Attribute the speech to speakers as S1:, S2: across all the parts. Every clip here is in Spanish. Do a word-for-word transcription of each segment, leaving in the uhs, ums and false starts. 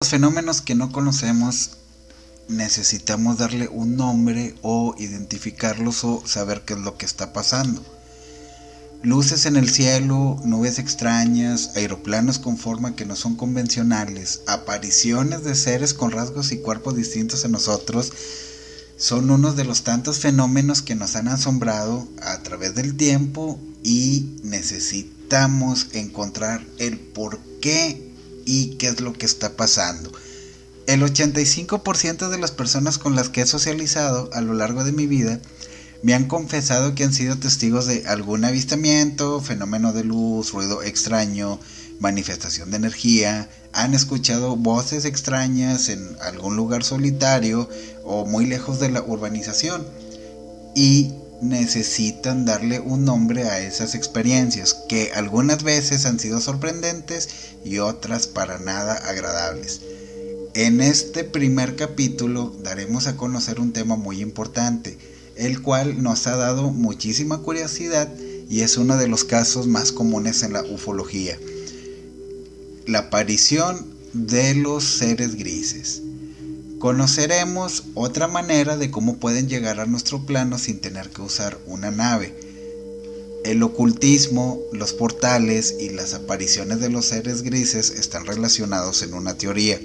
S1: fenómenos que no conocemos necesitamos darle un nombre o identificarlos o saber qué es lo que está pasando. Luces en el cielo, nubes extrañas, aeroplanos con forma que no son convencionales, apariciones de seres con rasgos y cuerpos distintos a nosotros, son unos de los tantos fenómenos que nos han asombrado a través del tiempo y necesitamos encontrar el por qué y qué es lo que está pasando. El ochenta y cinco por ciento de las personas con las que he socializado a lo largo de mi vida me han confesado que han sido testigos de algún avistamiento, fenómeno de luz, ruido extraño, manifestación de energía, han escuchado voces extrañas en algún lugar solitario o muy lejos de la urbanización y necesitan darle un nombre a esas experiencias que algunas veces han sido sorprendentes y otras para nada agradables. En este primer capítulo daremos a conocer un tema muy importante, el cual nos ha dado muchísima curiosidad y es uno de los casos más comunes en la ufología: la aparición de los seres grises. Conoceremos otra manera de cómo pueden llegar a nuestro plano sin tener que usar una nave. El ocultismo, los portales y las apariciones de los seres grises están relacionados en una teoría.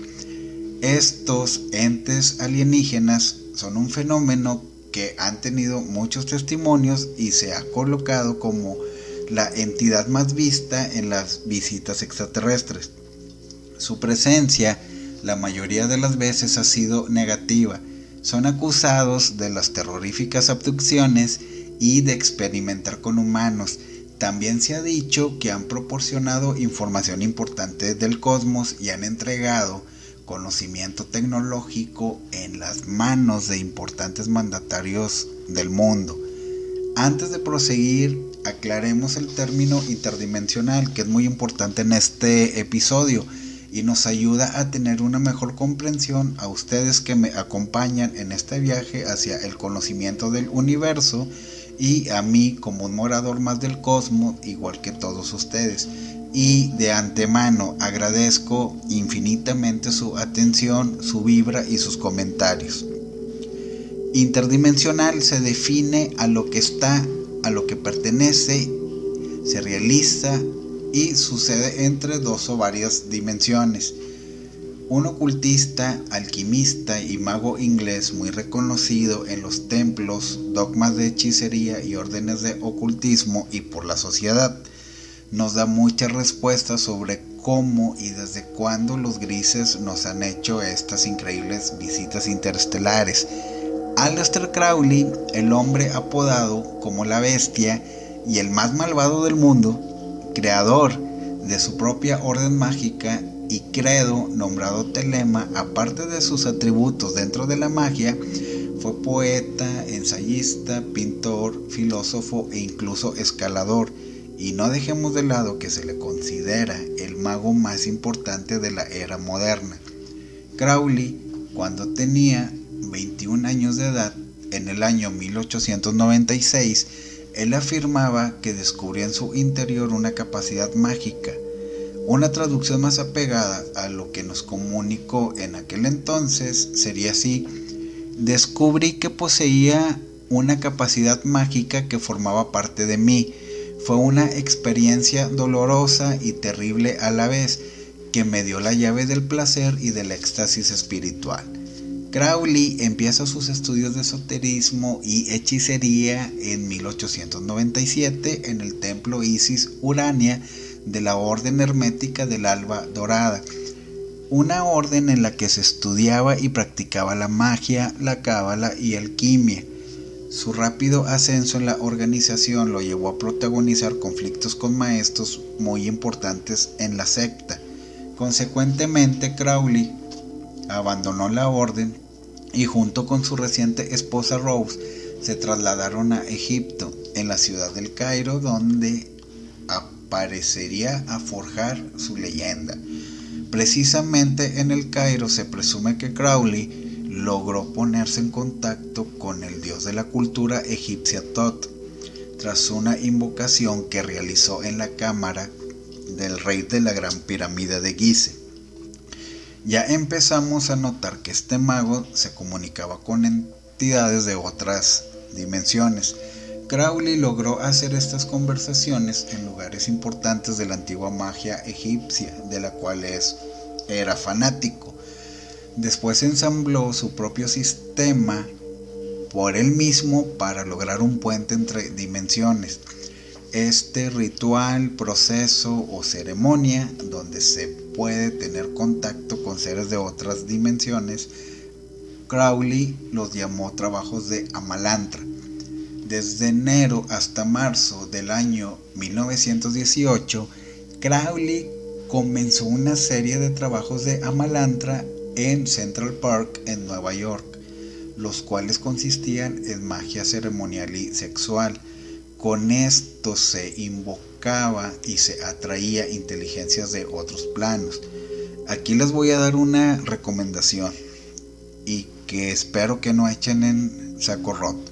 S1: Estos entes alienígenas son un fenómeno que han tenido muchos testimonios y se ha colocado como la entidad más vista en las visitas extraterrestres. Su presencia la mayoría de las veces ha sido negativa. Son acusados de las terroríficas abducciones y de experimentar con humanos. También se ha dicho que han proporcionado información importante del cosmos y han entregado conocimiento tecnológico en las manos de importantes mandatarios del mundo. Antes de proseguir, aclaremos el término interdimensional, que es muy importante en este episodio y nos ayuda a tener una mejor comprensión a ustedes que me acompañan en este viaje hacia el conocimiento del universo y a mí como un morador más del cosmos, igual que todos ustedes. Y de antemano agradezco infinitamente su atención, su vibra y sus comentarios. Interdimensional se define a lo que está, a lo que pertenece, se realiza y sucede entre dos o varias dimensiones. Un ocultista, alquimista y mago inglés muy reconocido en los templos, dogmas de hechicería y órdenes de ocultismo y por la sociedad, nos da muchas respuestas sobre cómo y desde cuándo los grises nos han hecho estas increíbles visitas interestelares. Aleister Crowley, el hombre apodado como la bestia y el más malvado del mundo, creador de su propia orden mágica y credo nombrado Telema, aparte de sus atributos dentro de la magia, fue poeta, ensayista, pintor, filósofo e incluso escalador. Y no dejemos de lado que se le considera el mago más importante de la era moderna. Crowley, cuando tenía veintiún años de edad, en el año mil ochocientos noventa y seis, él afirmaba que descubría en su interior una capacidad mágica. Una traducción más apegada a lo que nos comunicó en aquel entonces sería así: descubrí que poseía una capacidad mágica que formaba parte de mí. Fue una experiencia dolorosa y terrible a la vez, que me dio la llave del placer y del éxtasis espiritual. Crowley empieza sus estudios de esoterismo y hechicería en mil ochocientos noventa y siete en el templo Isis Urania de la Orden Hermética del Alba Dorada, una orden en la que se estudiaba y practicaba la magia, la cábala y alquimia. Su rápido ascenso en la organización lo llevó a protagonizar conflictos con maestros muy importantes en la secta. Consecuentemente, Crowley abandonó la orden y junto con su reciente esposa Rose se trasladaron a Egipto, en la ciudad del Cairo, donde aparecería a forjar su leyenda. Precisamente en el Cairo se presume que Crowley logró ponerse en contacto con el dios de la cultura egipcia Tot, tras una invocación que realizó en la cámara del rey de la Gran Pirámide de Gizeh. Ya empezamos a notar que este mago se comunicaba con entidades de otras dimensiones. Crowley logró hacer estas conversaciones en lugares importantes de la antigua magia egipcia, de la cual es, era fanático. Después ensambló su propio sistema por él mismo para lograr un puente entre dimensiones. Este ritual, proceso o ceremonia donde se puede tener contacto con seres de otras dimensiones, Crowley los llamó trabajos de Amalantra. Desde enero hasta marzo del año mil novecientos dieciocho, Crowley comenzó una serie de trabajos de Amalantra en Central Park en Nueva York, los cuales consistían en magia ceremonial y sexual. Con esto se invocaba y se atraía inteligencias de otros planos. Aquí les voy a dar una recomendación y que espero que no echen en saco roto.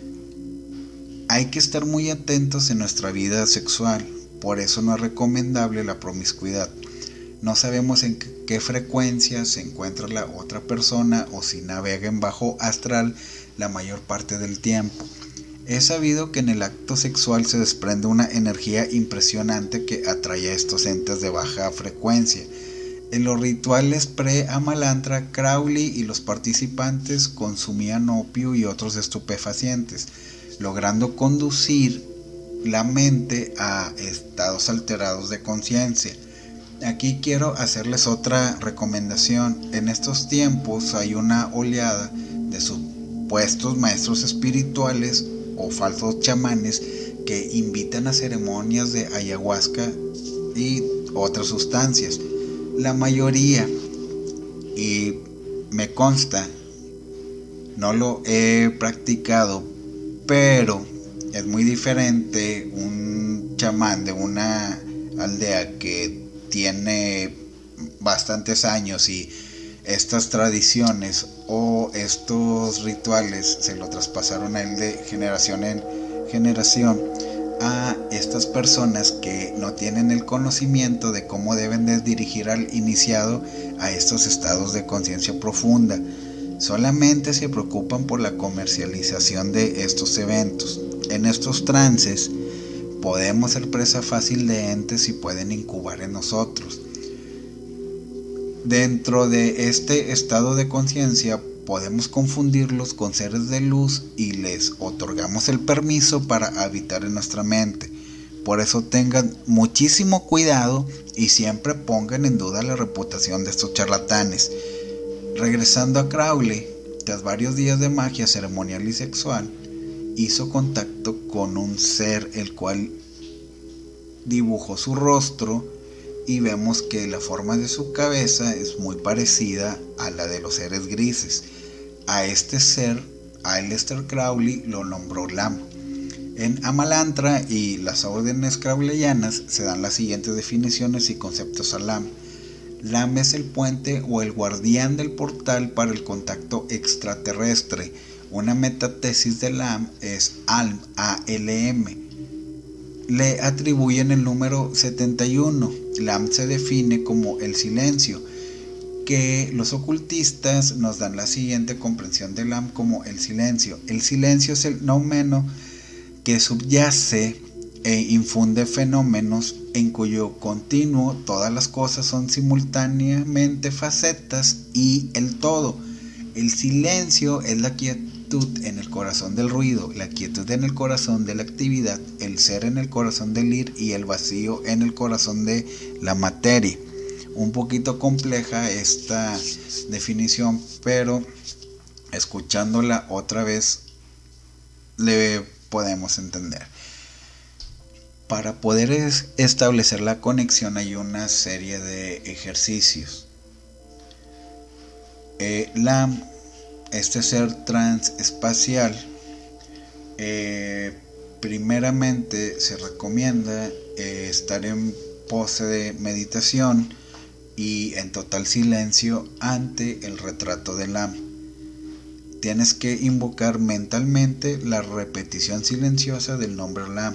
S1: Hay que estar muy atentos en nuestra vida sexual, por eso no es recomendable la promiscuidad. No sabemos en qué frecuencia se encuentra la otra persona o si navega en bajo astral la mayor parte del tiempo. Es sabido que en el acto sexual se desprende una energía impresionante que atrae a estos entes de baja frecuencia. En los rituales pre-Amalantra, Crowley y los participantes consumían opio y otros estupefacientes, logrando conducir la mente a estados alterados de conciencia. Aquí quiero hacerles otra recomendación. En estos tiempos hay una oleada de supuestos maestros espirituales o falsos chamanes que invitan a ceremonias de ayahuasca y otras sustancias. La mayoría, y me consta, no lo he practicado, pero es muy diferente un chamán de una aldea que tiene bastantes años y estas tradiciones o estos rituales se lo traspasaron a él de generación en generación a estas personas que no tienen el conocimiento de cómo deben de dirigir al iniciado a estos estados de conciencia profunda. Solamente se preocupan por la comercialización de estos eventos. En estos trances podemos ser presa fácil de entes y pueden incubar en nosotros. Dentro de este estado de conciencia podemos confundirlos con seres de luz y les otorgamos el permiso para habitar en nuestra mente. Por eso tengan muchísimo cuidado y siempre pongan en duda la reputación de estos charlatanes. Regresando a Crowley, tras varios días de magia ceremonial y sexual, hizo contacto con un ser el cual dibujó su rostro y vemos que la forma de su cabeza es muy parecida a la de los seres grises. A este ser, Aleister Crowley lo nombró Lam. En Amalantra y las órdenes crowleyanas se dan las siguientes definiciones y conceptos a Lam. Lam es el puente o el guardián del portal para el contacto extraterrestre. Una metatesis de Lam es Alm, A L M. Le atribuyen el número setenta y uno. Lam se define como el silencio, que los ocultistas nos dan la siguiente comprensión de Lam como el silencio. El silencio es el noumeno que subyace e infunde fenómenos en cuyo continuo todas las cosas son simultáneamente facetas y el todo. El silencio es la quietud en el corazón del ruido, la quietud en el corazón de la actividad, el ser en el corazón del ir y el vacío en el corazón de la materia. Un poquito compleja esta definición, pero escuchándola otra vez le podemos entender. Para poder establecer la conexión hay una serie de ejercicios. Eh, la, este ser transespacial, eh, primeramente se recomienda eh, estar en pose de meditación y en total silencio ante el retrato de Lam. Tienes que invocar mentalmente la repetición silenciosa del nombre Lam.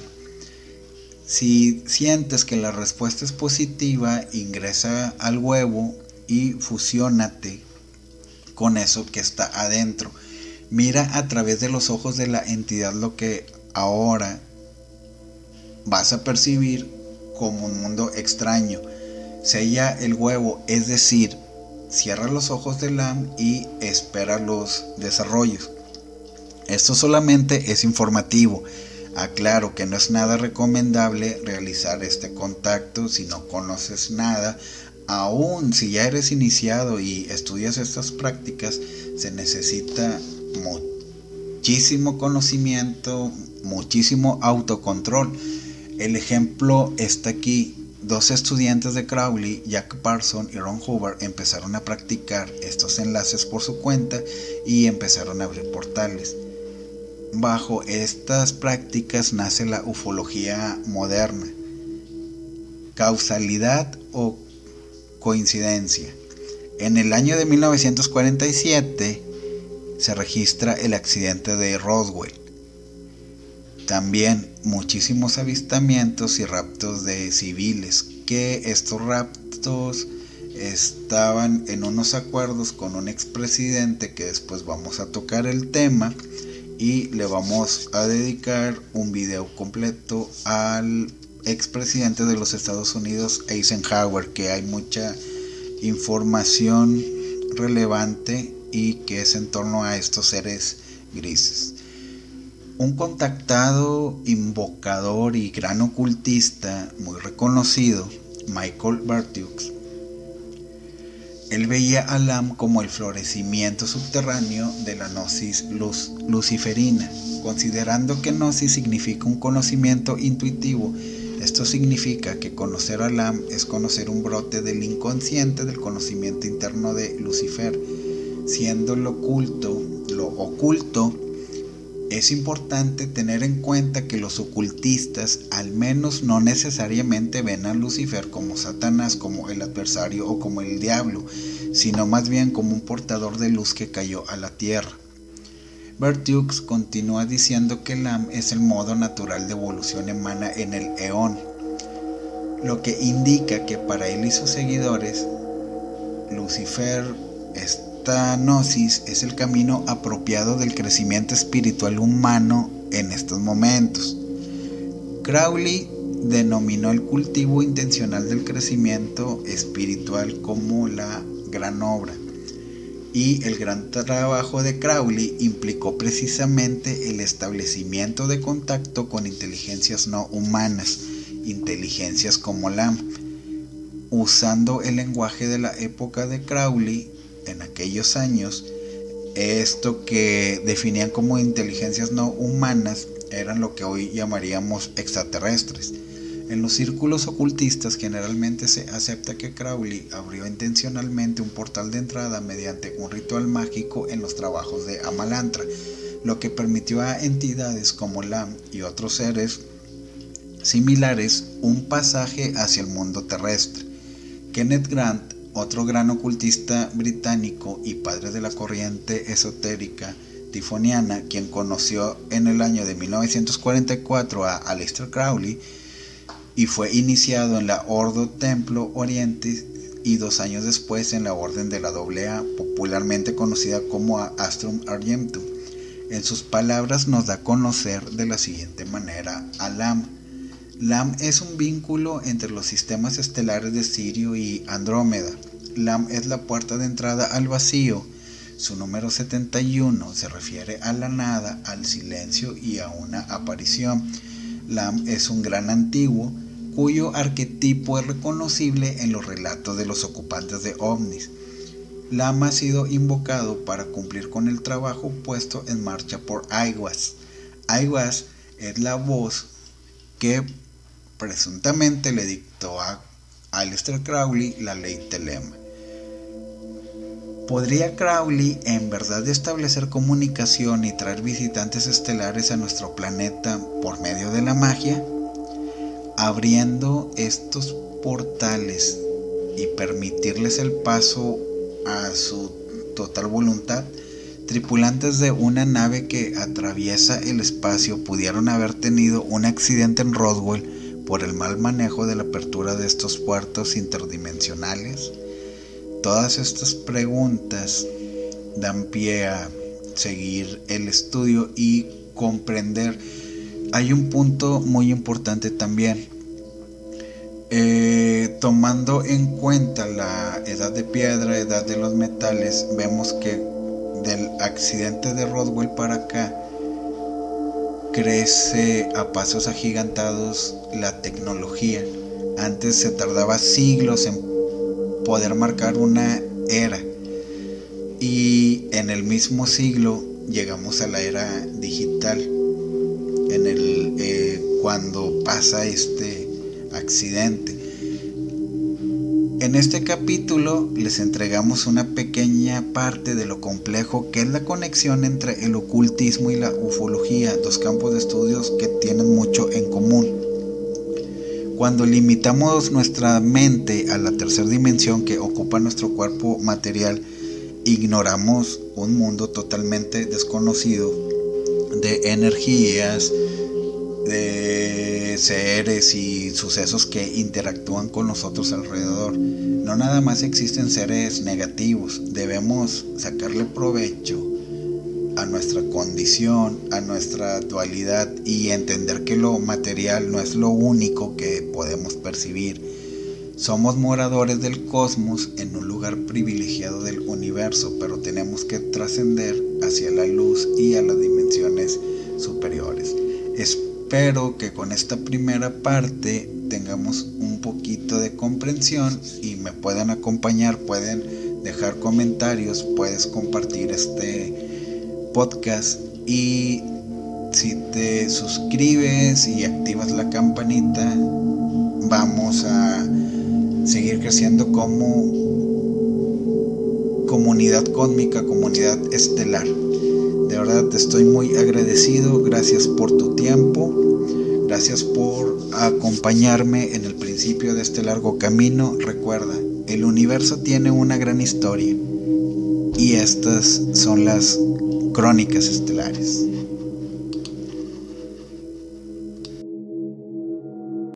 S1: Si sientes que la respuesta es positiva, ingresa al huevo y fusiónate con eso que está adentro. Mira a través de los ojos de la entidad lo que ahora vas a percibir como un mundo extraño. Sella el huevo, es decir, cierra los ojos de Lam y espera los desarrollos. Esto solamente es informativo. Aclaro que no es nada recomendable realizar este contacto si no conoces nada. Aún si ya eres iniciado y estudias estas prácticas, se necesita muchísimo conocimiento, muchísimo autocontrol. El ejemplo está aquí. Dos estudiantes de Crowley, Jack Parson y Ron Hubbard, empezaron a practicar estos enlaces por su cuenta y empezaron a abrir portales. Bajo estas prácticas nace la ufología moderna. ¿Causalidad o coincidencia? En el año de mil novecientos cuarenta y siete se registra el accidente de Roswell. También muchísimos avistamientos y raptos de civiles, que estos raptos estaban en unos acuerdos con un expresidente, que después vamos a tocar el tema y le vamos a dedicar un video completo al expresidente de los Estados Unidos, Eisenhower, que hay mucha información relevante y que es en torno a estos seres grises. Un contactado, invocador y gran ocultista muy reconocido, Michael Bartux, él veía a Lam como el florecimiento subterráneo de la gnosis luz, luciferina, considerando que gnosis significa un conocimiento intuitivo. Esto significa que conocer a Lam es conocer un brote del inconsciente del conocimiento interno de Lucifer, siendo lo oculto, lo oculto. Es importante tener en cuenta que los ocultistas al menos no necesariamente ven a Lucifer como Satanás, como el adversario o como el diablo, sino más bien como un portador de luz que cayó a la tierra. Bartux continúa diciendo que Lam es el modo natural de evolución humana en el eón, lo que indica que para él y sus seguidores, Lucifer es Esta gnosis es el camino apropiado del crecimiento espiritual humano en estos momentos. Crowley denominó el cultivo intencional del crecimiento espiritual como la gran obra, y el gran trabajo de Crowley implicó precisamente el establecimiento de contacto con inteligencias no humanas, inteligencias como Lam. Usando el lenguaje de la época de Crowley, en aquellos años, esto que definían como inteligencias no humanas eran lo que hoy llamaríamos extraterrestres. En los círculos ocultistas generalmente se acepta que Crowley abrió intencionalmente un portal de entrada mediante un ritual mágico en los trabajos de Amalantra, lo que permitió a entidades como Lam y otros seres similares un pasaje hacia el mundo terrestre. Kenneth Grant, otro gran ocultista británico y padre de la corriente esotérica tifoniana, quien conoció en el año de mil novecientos cuarenta y cuatro a Aleister Crowley y fue iniciado en la Ordo Templo Orientis y dos años después en la Orden de la doble A, popularmente conocida como Astrum Argentum. En sus palabras nos da a conocer de la siguiente manera a Lam. Lam es un vínculo entre los sistemas estelares de Sirio y Andrómeda. Lam es la puerta de entrada al vacío. Su número setenta y uno se refiere a la nada, al silencio y a una aparición. Lam es un gran antiguo, cuyo arquetipo es reconocible en los relatos de los ocupantes de ovnis. Lam ha sido invocado para cumplir con el trabajo puesto en marcha por Aiwass. Aiwass es la voz que presuntamente le dictó a Aleister Crowley la ley Telema. ¿Podría Crowley en verdad establecer comunicación y traer visitantes estelares a nuestro planeta por medio de la magia? Abriendo estos portales y permitirles el paso a su total voluntad, tripulantes de una nave que atraviesa el espacio pudieron haber tenido un accidente en Roswell por el mal manejo de la apertura de estos puertos interdimensionales. todas estas preguntas dan pie a seguir el estudio y comprender. Hay un punto muy importante también. Eh, tomando en cuenta la edad de piedra, edad de los metales, vemos que del accidente de Roswell para acá crece a pasos agigantados la tecnología. Antes se tardaba siglos en poder marcar una era, y en el mismo siglo llegamos a la era digital, en el eh, cuando pasa este accidente. En este capítulo les entregamos una pequeña parte de lo complejo que es la conexión entre el ocultismo y la ufología, dos campos de estudios que tienen mucho en común. Cuando limitamos nuestra mente a la tercera dimensión que ocupa nuestro cuerpo material, ignoramos un mundo totalmente desconocido de energías, de seres y sucesos que interactúan con nosotros alrededor. No nada más existen seres negativos, debemos sacarle provecho a nuestra condición, a nuestra dualidad, y entender que lo material no es lo único que podemos percibir. Somos moradores del cosmos en un lugar privilegiado del universo, pero tenemos que trascender hacia la luz y a las dimensiones superiores. Espero que con esta primera parte tengamos un poquito de comprensión y me puedan acompañar, pueden dejar comentarios, puedes compartir este podcast, y si te suscribes y activas la campanita, vamos a seguir creciendo como comunidad cósmica, comunidad estelar. De verdad te estoy muy agradecido, gracias por tu tiempo, gracias por acompañarme en el principio de este largo camino. Recuerda, el universo tiene una gran historia y estas son las crónicas estelares.